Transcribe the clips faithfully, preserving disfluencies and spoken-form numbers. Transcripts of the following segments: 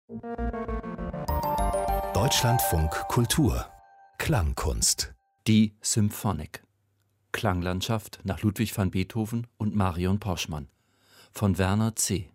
Deutschlandfunk Kultur Klangkunst. Die Symphonic. Klanglandschaft nach Ludwig van Beethoven und Marion Poschmann von Werner C.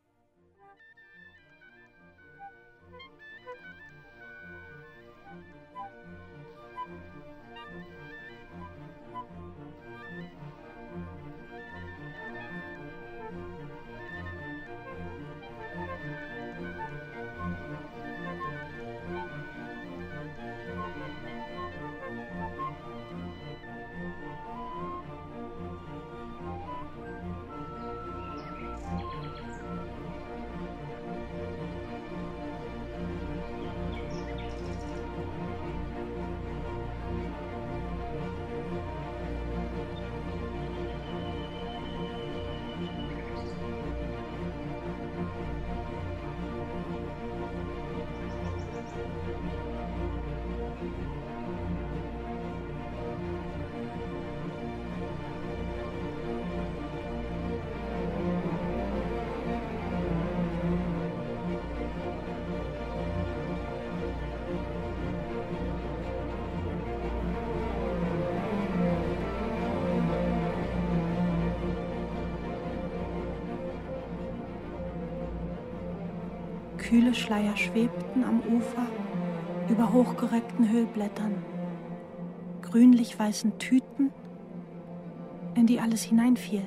Kühle Schleier schwebten am Ufer über hochgereckten Hüllblättern, grünlich-weißen Tüten, in die alles hineinfiel,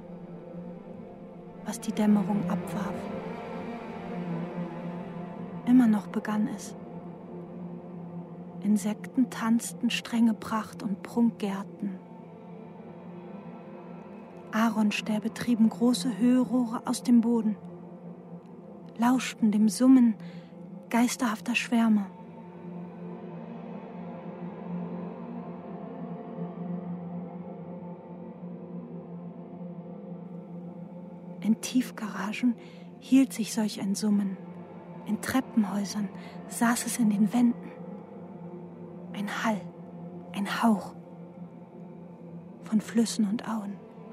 was die Dämmerung abwarf. Immer noch begann es. Insekten tanzten strenge Pracht und Prunkgärten. Ahornstäbe trieben große Höherohre aus dem Boden, lauschten dem Summen geisterhafter Schwärme. In Tiefgaragen hielt sich solch ein Summen. In Treppenhäusern saß es in den Wänden. Ein Hall, ein Hauch von Flüssen und Auen.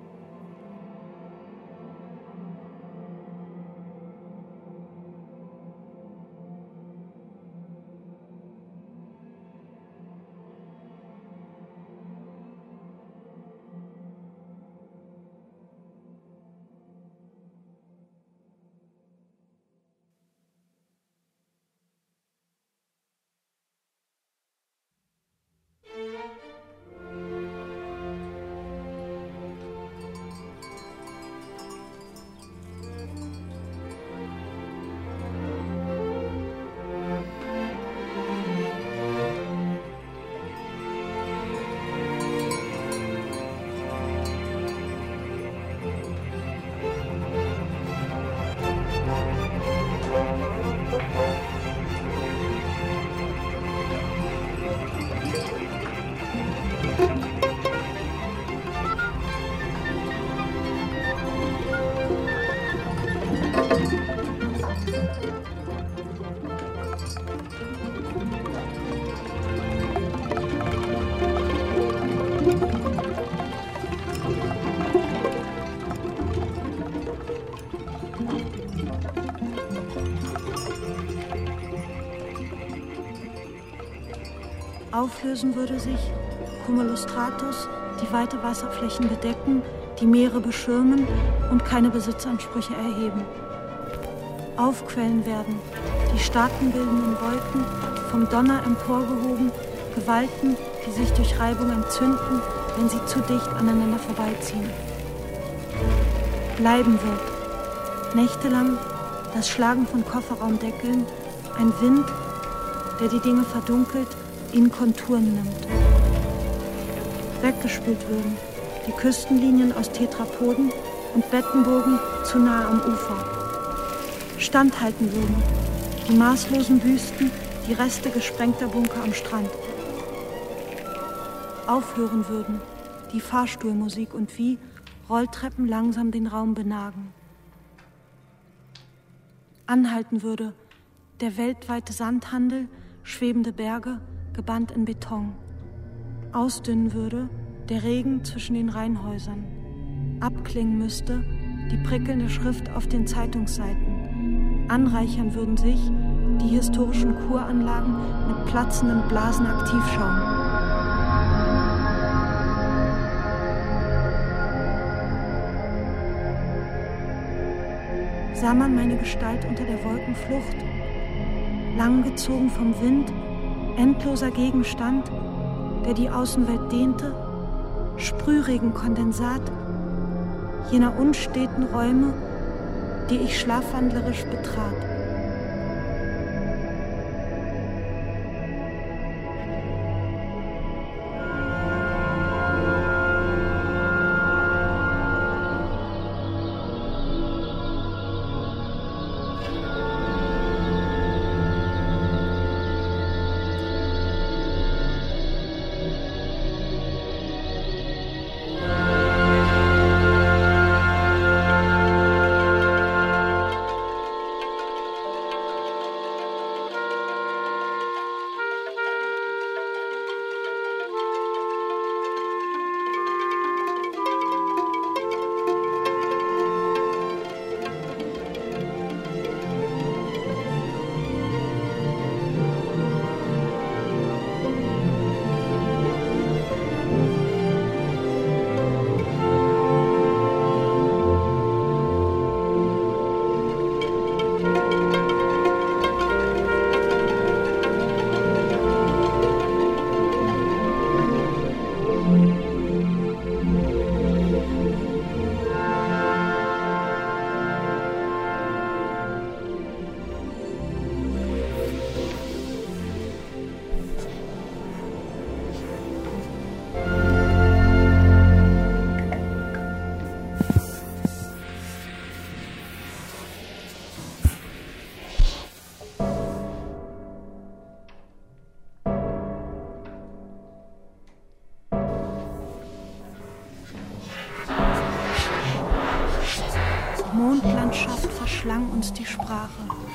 Auflösen würde sich Cumulus stratus, die weite Wasserflächen bedecken, die Meere beschirmen und keine Besitzansprüche erheben. Aufquellen werden die staatenbildenden Wolken, vom Donner emporgehoben, Gewalten, die sich durch Reibung entzünden, wenn sie zu dicht aneinander vorbeiziehen. Bleiben wird nächtelang das Schlagen von Kofferraumdeckeln, ein Wind, der die Dinge verdunkelt, in Konturen nimmt. Weggespült würden die Küstenlinien aus Tetrapoden und Bettenbogen zu nahe am Ufer. Standhalten würden die maßlosen Büsten, die Reste gesprengter Bunker am Strand. Aufhören würden die Fahrstuhlmusik und wie Rolltreppen langsam den Raum benagen. Anhalten würde der weltweite Sandhandel, schwebende Berge, gebannt in Beton. Ausdünnen würde der Regen zwischen den Reihenhäusern. Abklingen müsste die prickelnde Schrift auf den Zeitungsseiten. anreichern würden sich die historischen Kuranlagen mit platzenden Blasen Aktivschaum. Sah man meine Gestalt unter der Wolkenflucht, langgezogen vom Wind, endloser Gegenstand, der die Außenwelt dehnte, Sprühregenkondensat jener unsteten Räume, die ich schlafwandlerisch betrat. Mondlandschaft verschlang uns die Sprache.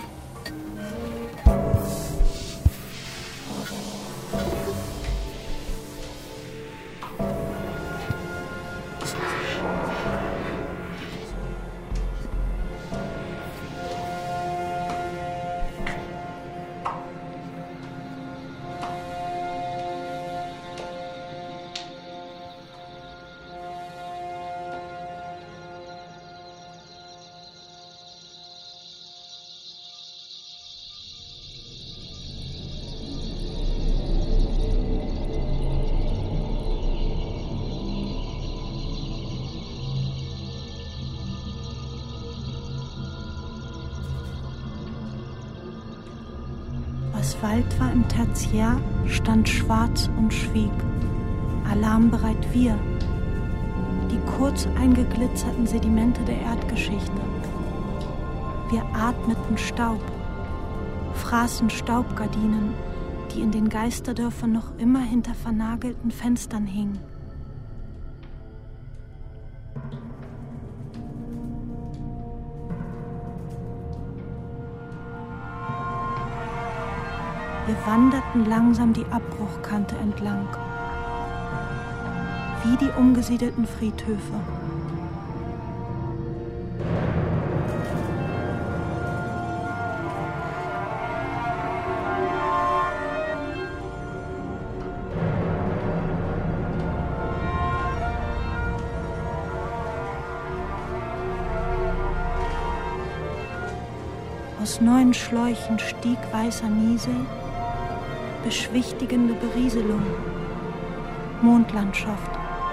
Was Wald war im Tertiär, stand schwarz und schwieg. Alarmbereit wir, die kurz eingeglitzerten Sedimente der Erdgeschichte. Wir atmeten Staub, fraßen Staubgardinen, die in den Geisterdörfern noch immer hinter vernagelten Fenstern hingen. Wir wanderten langsam die Abbruchkante entlang, wie die umgesiedelten Friedhöfe. Aus neuen Schläuchen stieg weißer Niesel, beschwichtigende Berieselung, Mondlandschaft.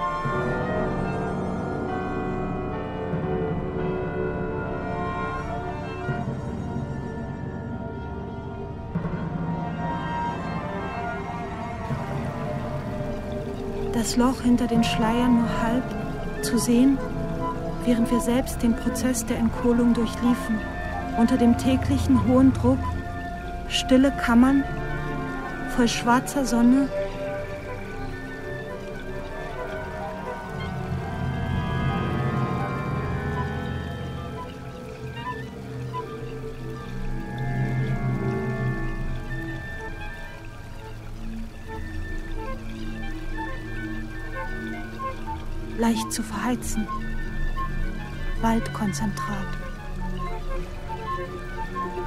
Das Loch hinter den Schleiern nur halb zu sehen, während wir selbst den Prozess der Entkohlung durchliefen. Unter dem täglichen hohen Druck, stille Kammern, voll schwarzer Sonne, leicht zu verheizen, Waldkonzentrat.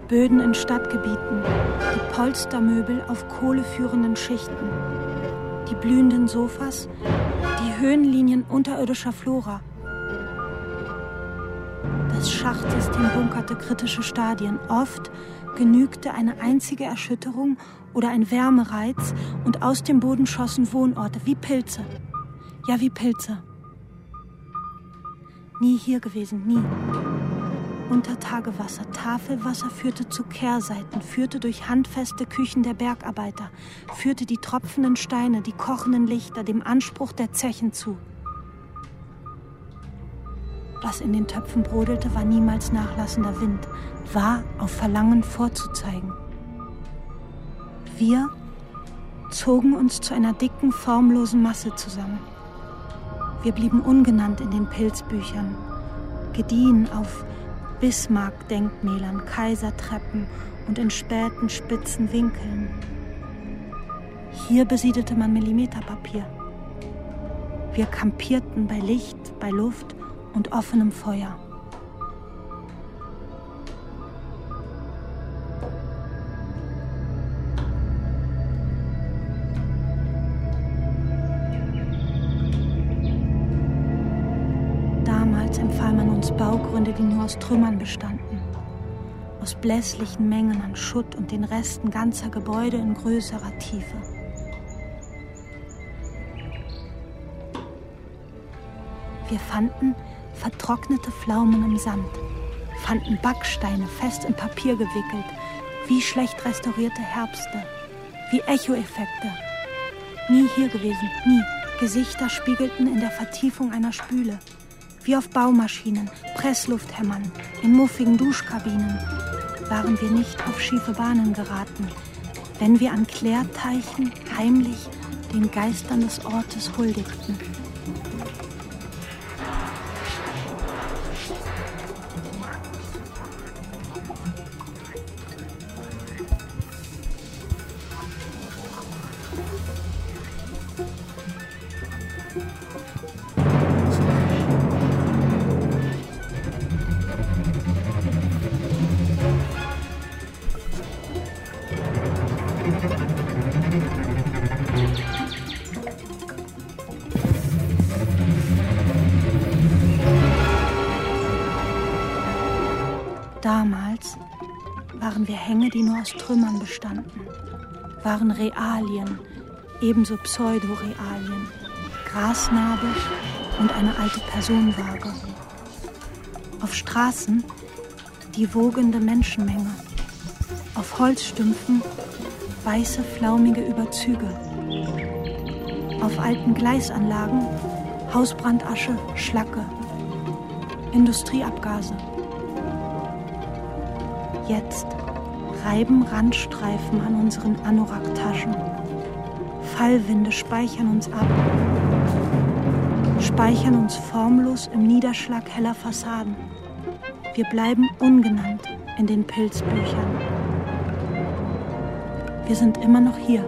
Böden in Stadtgebieten, die Polstermöbel auf kohleführenden Schichten, die blühenden Sofas, die Höhenlinien unterirdischer Flora. Das Schachtsystem bunkerte kritische Stadien. Oft genügte eine einzige Erschütterung oder ein Wärmereiz und aus dem Boden schossen Wohnorte wie Pilze. Ja, wie Pilze. Nie hier gewesen, nie. Untertagewasser, Tafelwasser führte zu Kehrseiten, führte durch handfeste Küchen der Bergarbeiter, führte die tropfenden Steine, die kochenden Lichter dem Anspruch der Zechen zu. Was in den Töpfen brodelte, war niemals nachlassender Wind, war auf Verlangen vorzuzeigen. Wir zogen uns zu einer dicken, formlosen Masse zusammen. Wir blieben ungenannt in den Pilzbüchern, gediehen auf Bismarck-Denkmälern, Kaisertreppen und in späten, spitzen Winkeln. Hier besiedelte man Millimeterpapier. Wir kampierten bei Licht, bei Luft und offenem Feuer. Damals empfahl man uns Baugründe, die nur aus Trümmern bestanden. Aus blässlichen Mengen an Schutt und den Resten ganzer Gebäude in größerer Tiefe. Wir fanden vertrocknete Pflaumen im Sand, fanden Backsteine fest in Papier gewickelt, wie schlecht restaurierte Herbste, wie Echoeffekte. Nie hier gewesen, nie. Gesichter spiegelten in der Vertiefung einer Spüle. Wie auf Baumaschinen, Presslufthämmern, in muffigen Duschkabinen waren wir nicht auf schiefe Bahnen geraten, wenn wir an Klärteichen heimlich den Geistern des Ortes huldigten. Damals waren wir Hänge, die nur aus Trümmern bestanden, waren Realien, ebenso Pseudorealien, Grasnarbe und eine alte Personenwaage. Auf Straßen die wogende Menschenmenge, auf Holzstümpfen weiße, flaumige Überzüge, auf alten Gleisanlagen Hausbrandasche, Schlacke, Industrieabgase. Jetzt reiben Randstreifen an unseren Anorak-Taschen. Fallwinde speichern uns ab, speichern uns formlos im Niederschlag heller Fassaden. Wir bleiben ungenannt in den Pilzbüchern. Wir sind immer noch hier.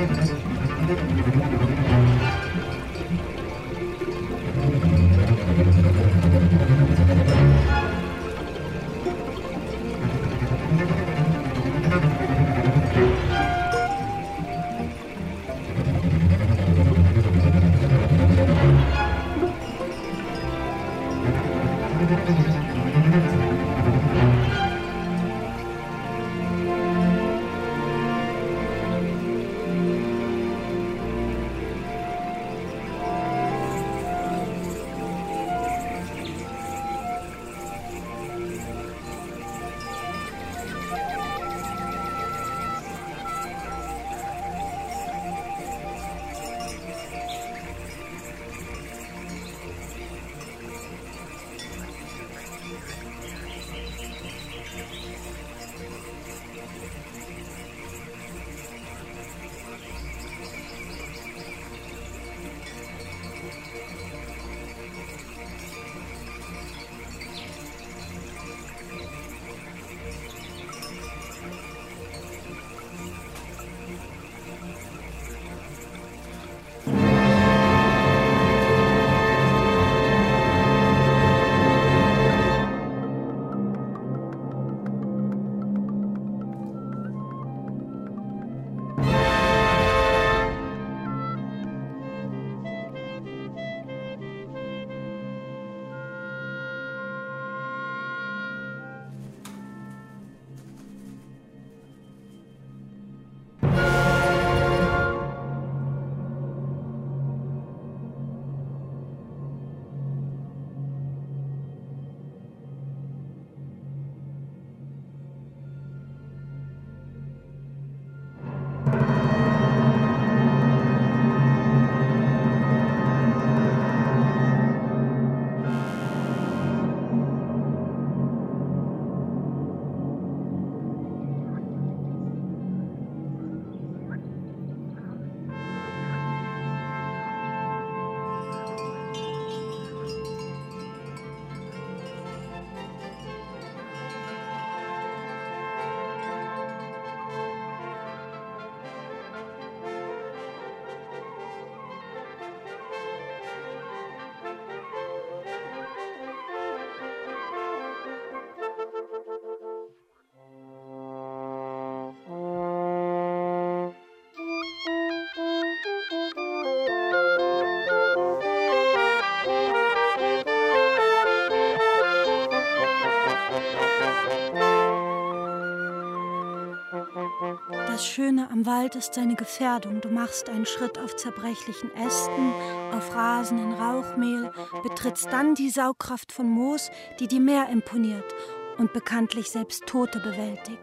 Das Schöne am Wald ist seine Gefährdung. Du machst einen Schritt auf zerbrechlichen Ästen, auf Rasen in Rauchmehl, betrittst dann die Saugkraft von Moos, die dir mehr imponiert und bekanntlich selbst Tote bewältigt.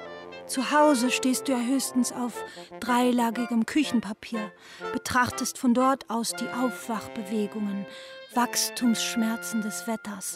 Zu Hause stehst du ja höchstens auf dreilagigem Küchenpapier, betrachtest von dort aus die Aufwachbewegungen, Wachstumsschmerzen des Wetters.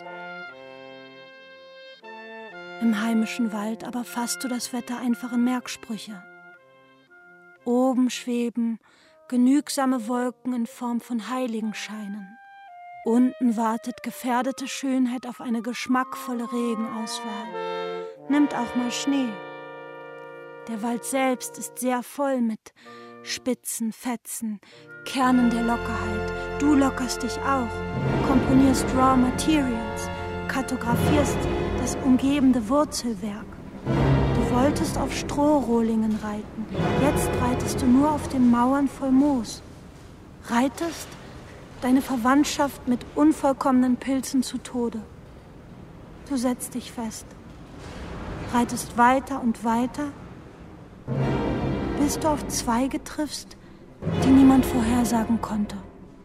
Im heimischen Wald aber fasst du das Wetter einfach in Merksprüche. Oben schweben genügsame Wolken in Form von Heiligenscheinen. Unten wartet gefährdete Schönheit auf eine geschmackvolle Regenauswahl. Nimmt auch mal Schnee. Der Wald selbst ist sehr voll mit Spitzen, Fetzen, Kernen der Lockerheit. Du lockerst dich auch, komponierst Raw Materials, kartografierst das umgebende Wurzelwerk. Du wolltest auf Strohrohlingen reiten, jetzt reitest du nur auf den Mauern voll Moos. Reitest deine Verwandtschaft mit unvollkommenen Pilzen zu Tode. Du setzt dich fest, reitest weiter und weiter, bis du auf Zweige triffst, die niemand vorhersagen konnte.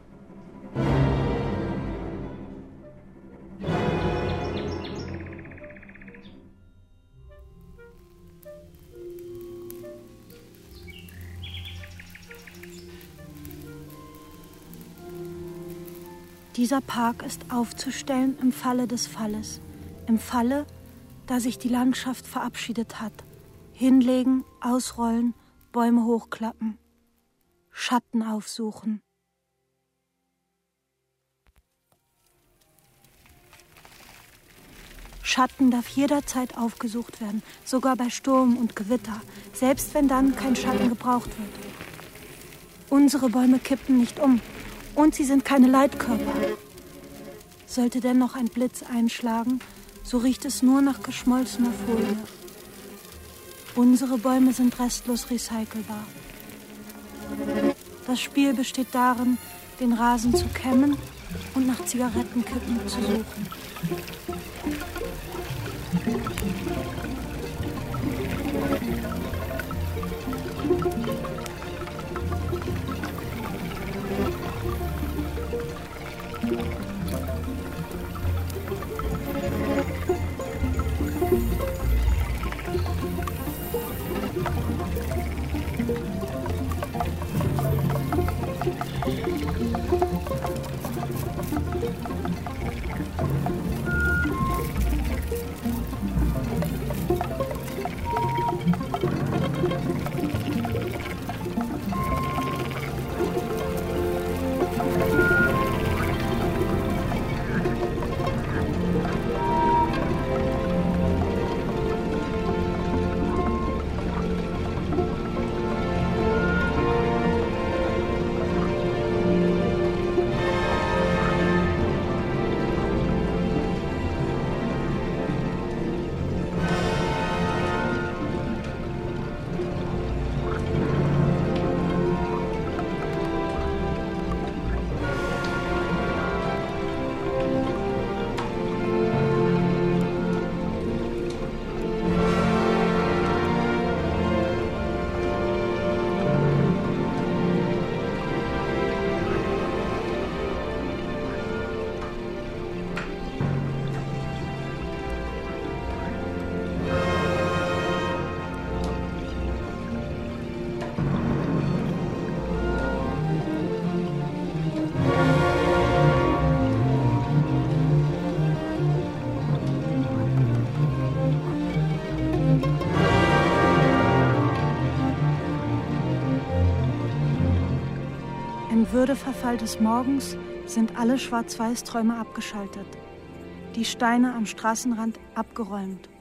Dieser Park ist aufzustellen im Falle des Falles. Im Falle, da sich die Landschaft verabschiedet hat. Hinlegen, ausrollen, Bäume hochklappen. Schatten aufsuchen. Schatten darf jederzeit aufgesucht werden, sogar bei Sturm und Gewitter, selbst wenn dann kein Schatten gebraucht wird. Unsere Bäume kippen nicht um und sie sind keine Leitkörper. Sollte dennoch ein Blitz einschlagen, so riecht es nur nach geschmolzener Folie. Unsere Bäume sind restlos recycelbar. Das Spiel besteht darin, den Rasen zu kämmen und nach Zigarettenkippen zu suchen. Im Würdeverfall des Morgens sind alle Schwarz-Weiß-Träume abgeschaltet, die Steine am Straßenrand abgeräumt.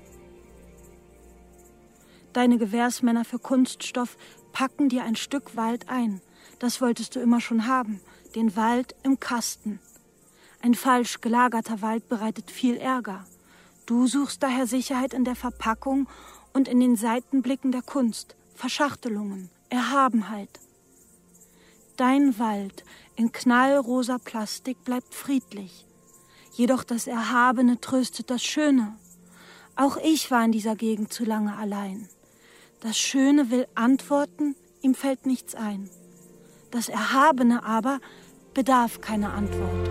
Deine Gewährsmänner für Kunststoff packen dir ein Stück Wald ein. Das wolltest du immer schon haben, den Wald im Kasten. Ein falsch gelagerter Wald bereitet viel Ärger. Du suchst daher Sicherheit in der Verpackung und in den Seitenblicken der Kunst, Verschachtelungen, Erhabenheit. Dein Wald in knallrosa Plastik bleibt friedlich. Jedoch das Erhabene tröstet das Schöne. Auch ich war in dieser Gegend zu lange allein. Das Schöne will antworten, ihm fällt nichts ein. Das Erhabene aber bedarf keiner Antwort.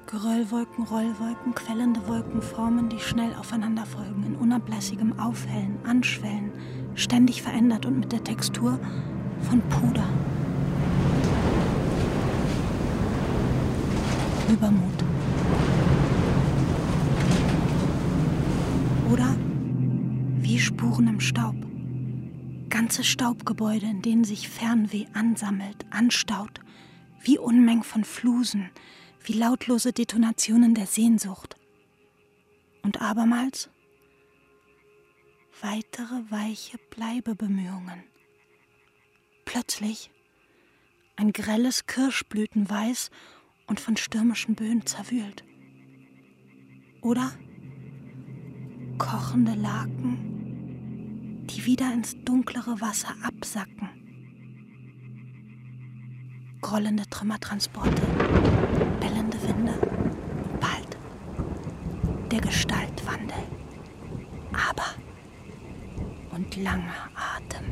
Geröllwolken, Rollwolken, quellende Wolkenformen, die schnell aufeinander folgen, in unablässigem Aufhellen, Anschwellen, ständig verändert und mit der Textur von Puder. Übermut. Oder wie Spuren im Staub. Ganze Staubgebäude, in denen sich Fernweh ansammelt, anstaut, wie Unmengen von Flusen, wie lautlose Detonationen der Sehnsucht. Und abermals weitere weiche Bleibebemühungen. Plötzlich ein grelles Kirschblütenweiß und von stürmischen Böen zerwühlt. Oder kochende Laken, die wieder ins dunklere Wasser absacken. Grollende Trümmertransporte, bellende Winde und bald der Gestaltwandel. Aber und langer Atem.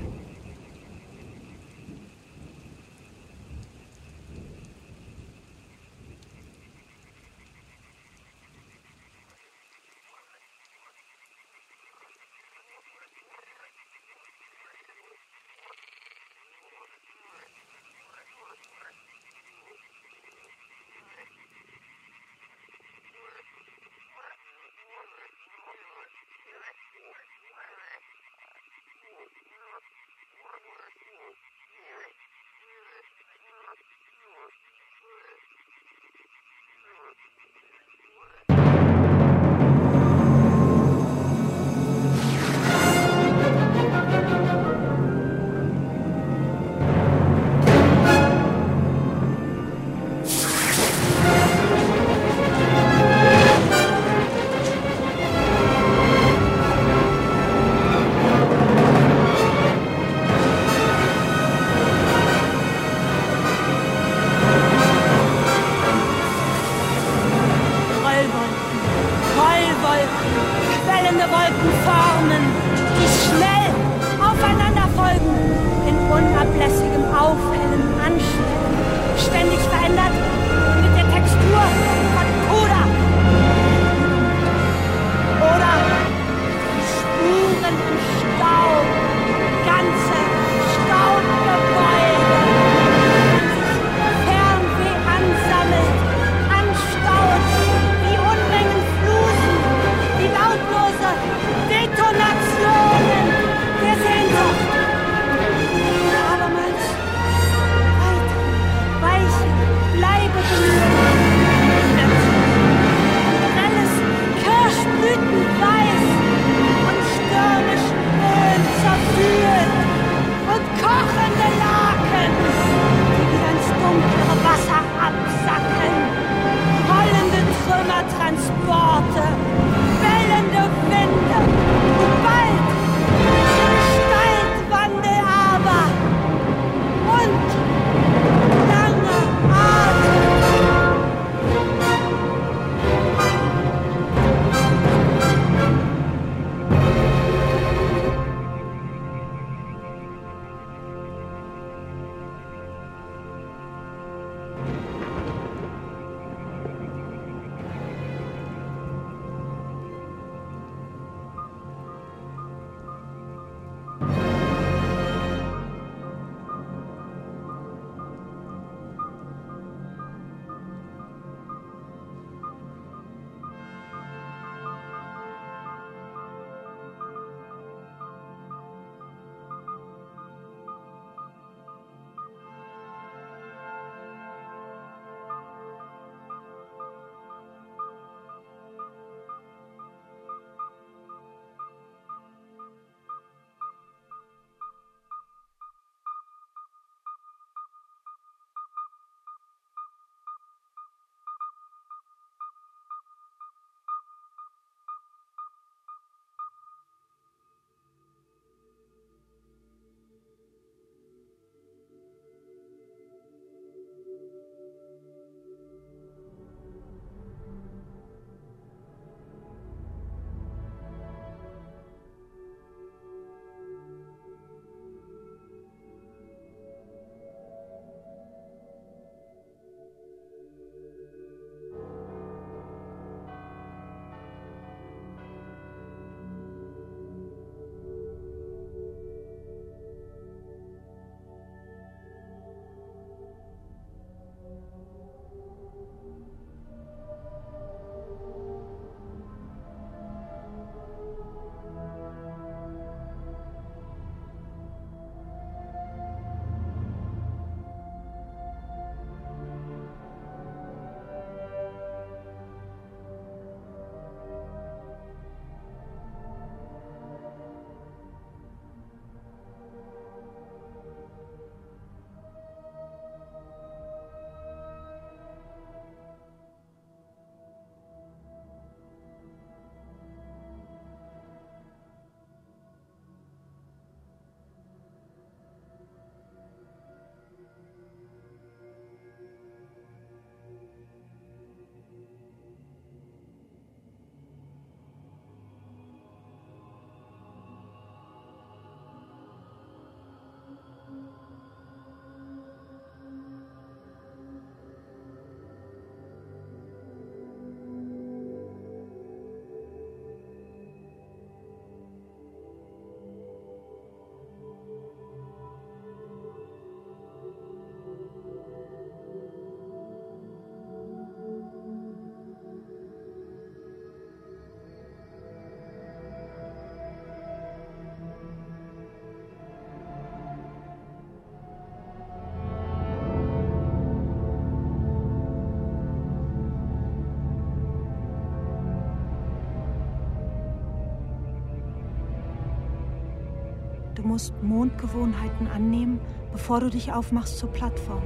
musst Mondgewohnheiten annehmen, bevor du dich aufmachst zur Plattform.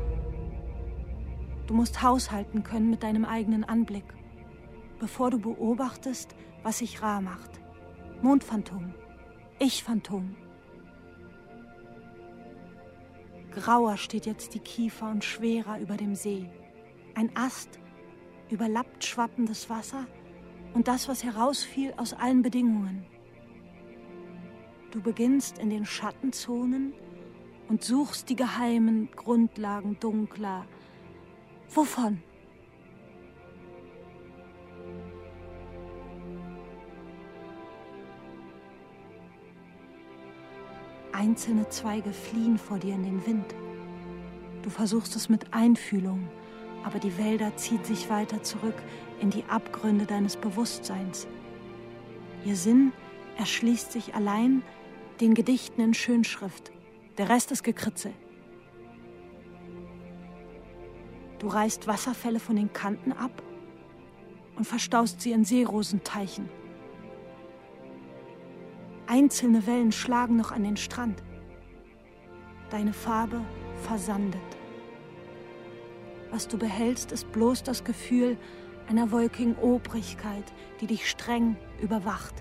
Du musst haushalten können mit deinem eigenen Anblick, bevor du beobachtest, was sich rar macht. Mondphantom, Ich-Phantom. Grauer steht jetzt die Kiefer und schwerer über dem See. Ein Ast überlappt schwappendes Wasser und das, was herausfiel aus allen Bedingungen. Du beginnst in den Schattenzonen und suchst die geheimen Grundlagen dunkler. Wovon? Einzelne Zweige fliehen vor dir in den Wind. Du versuchst es mit Einfühlung, aber die Wälder ziehen sich weiter zurück in die Abgründe deines Bewusstseins. Ihr Sinn erschließt sich allein den Gedichten in Schönschrift. Der Rest ist Gekritzel. Du reißt Wasserfälle von den Kanten ab und verstaust sie in Seerosenteichen. Einzelne Wellen schlagen noch an den Strand. Deine Farbe versandet. Was du behältst, ist bloß das Gefühl einer wolkigen Obrigkeit, die dich streng überwacht.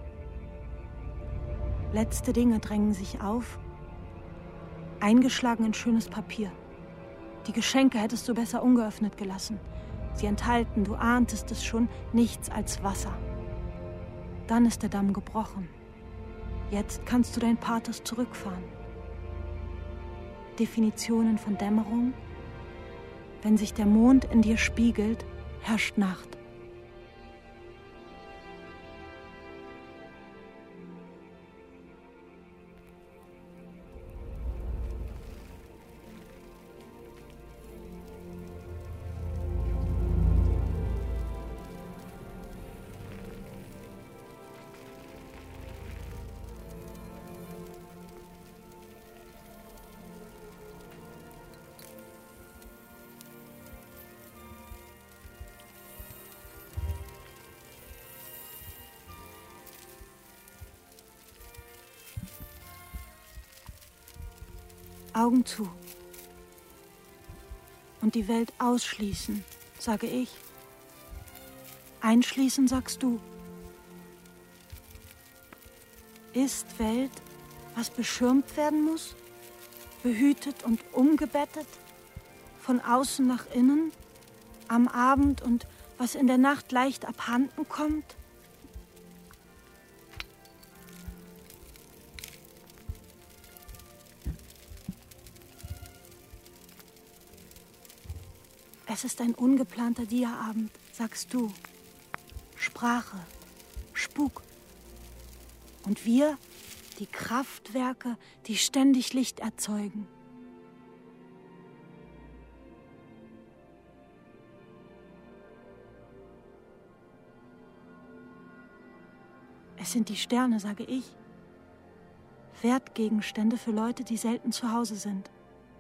Letzte Dinge drängen sich auf, eingeschlagen in schönes Papier. Die Geschenke hättest du besser ungeöffnet gelassen. Sie enthalten, du ahntest es schon, nichts als Wasser. Dann ist der Damm gebrochen. Jetzt kannst du dein Pathos zurückfahren. Definitionen von Dämmerung. Wenn sich der Mond in dir spiegelt, herrscht Nacht. Augen zu. Und die Welt ausschließen, sage ich. Einschließen, sagst du. Ist Welt, was beschirmt werden muss, behütet und umgebettet, von außen nach innen, am Abend und was in der Nacht leicht abhanden kommt? Es ist ein ungeplanter Dia-Abend, sagst du. Sprache, Spuk. Und wir, die Kraftwerke, die ständig Licht erzeugen. Es sind die Sterne, sage ich. Wertgegenstände für Leute, die selten zu Hause sind.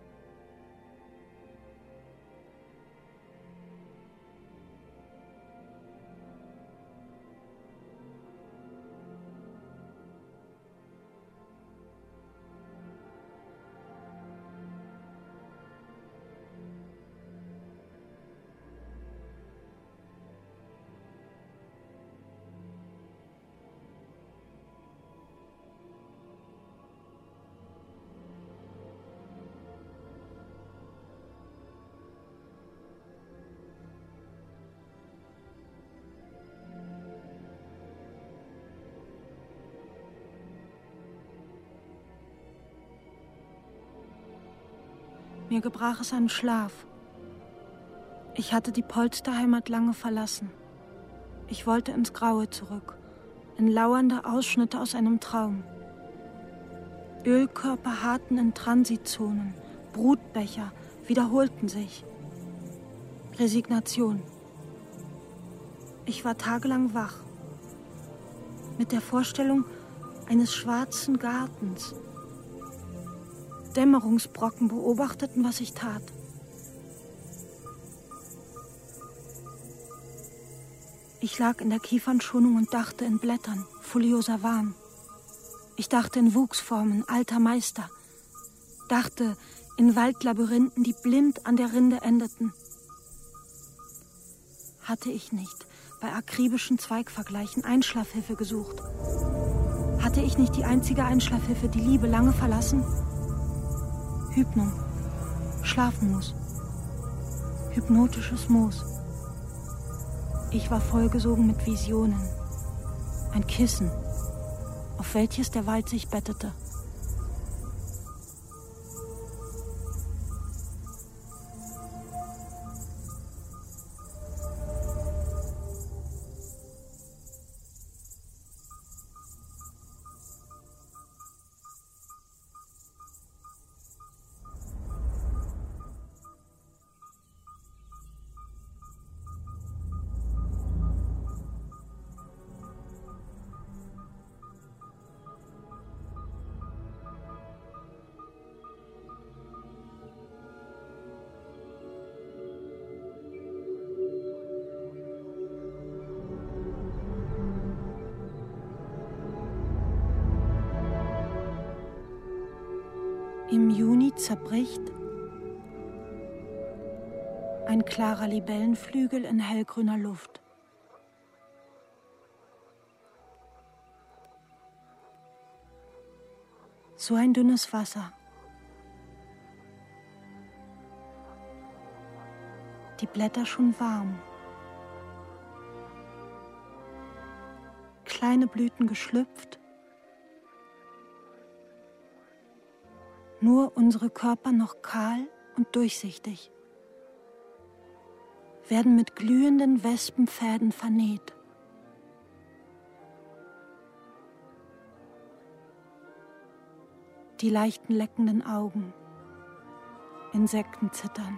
Mir gebrach es an Schlaf. Ich hatte die Polsterheimat lange verlassen. Ich wollte ins Graue zurück, in lauernde Ausschnitte aus einem Traum. Ölkörper harrten in Transitzonen, Brutbecher wiederholten sich. Resignation. Ich war tagelang wach, mit der Vorstellung eines schwarzen Gartens. Dämmerungsbrocken beobachteten, was ich tat. Ich lag in der Kiefernschonung und dachte in Blättern, folioser Wahn. Ich dachte in Wuchsformen alter Meister. Dachte in Waldlabyrinthen, die blind an der Rinde endeten. Hatte ich nicht bei akribischen Zweigvergleichen Einschlafhilfe gesucht? Hatte ich nicht die einzige Einschlafhilfe, die Liebe lange verlassen? Hypnum, Schlafmus, hypnotisches Moos. Ich war vollgesogen mit Visionen. Ein Kissen, auf welches der Wald sich bettete. Im Juni zerbricht ein klarer Libellenflügel in hellgrüner Luft. So ein dünnes Wasser. Die Blätter schon warm. Kleine Blüten geschlüpft. Nur unsere Körper noch kahl und durchsichtig, werden mit glühenden Wespenfäden vernäht. Die leichten leckenden Augen, Insekten zittern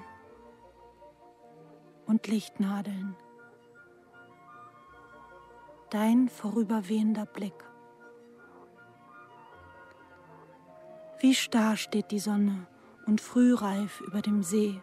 und Lichtnadeln. Dein vorüberwehender Blick. Wie starr steht die Sonne und frühreif über dem See.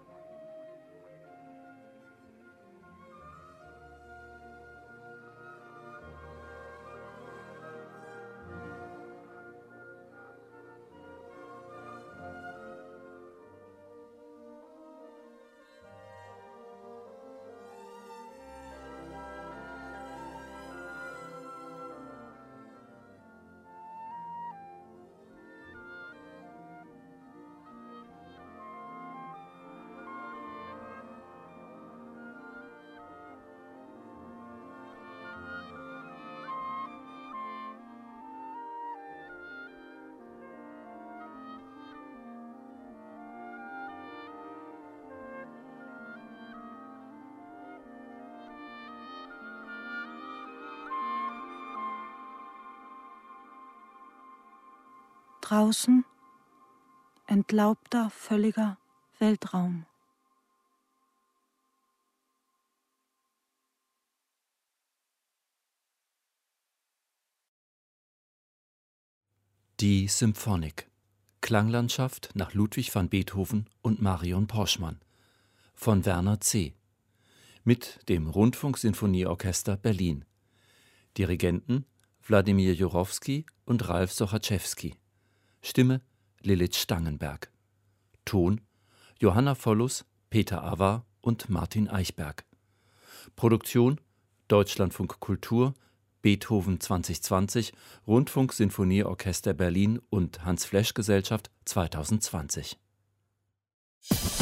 Draußen entlaubter, völliger Weltraum. Die Symphonik. Klanglandschaft nach Ludwig van Beethoven und Marion Porschmann von Werner C. mit dem Rundfunksinfonieorchester Berlin. Dirigenten Wladimir Jurowski und Ralf Sochaczewski. Stimme Lilith Stangenberg. Ton Johanna Vollus, Peter Awa und Martin Eichberg. Produktion Deutschlandfunk Kultur, Beethoven zwanzig zwanzig, Rundfunksinfonieorchester Berlin und Hans-Flesch-Gesellschaft zweitausendzwanzig.